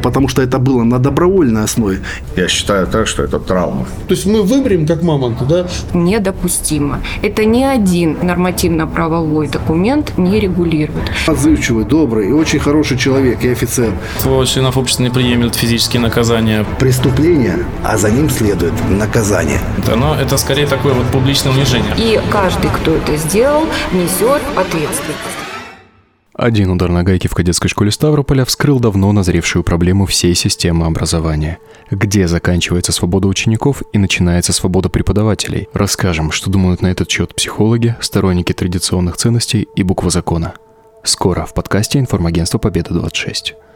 потому что это было на добровольной основе. Я считаю так, что это травма. То есть мы вымрем, как мамонты, да? Недопустимо. Это ни один нормативно-правовой документ не регулирует. Отзывчивый, добрый и очень хороший человек и офицер. Двое членов общества не приемлют физические наказания. Преступление, а за ним следует наказание. Но это скорее такое вот публичное унижение. И каждый, кто это сделал, несет ответственность. Один удар на гайке в кадетской школе Ставрополя вскрыл давно назревшую проблему всей системы образования. Где заканчивается свобода учеников и начинается свобода преподавателей? Расскажем, что думают на этот счет психологи, сторонники традиционных ценностей и буквы закона. Скоро в подкасте информагентства «Победа-26».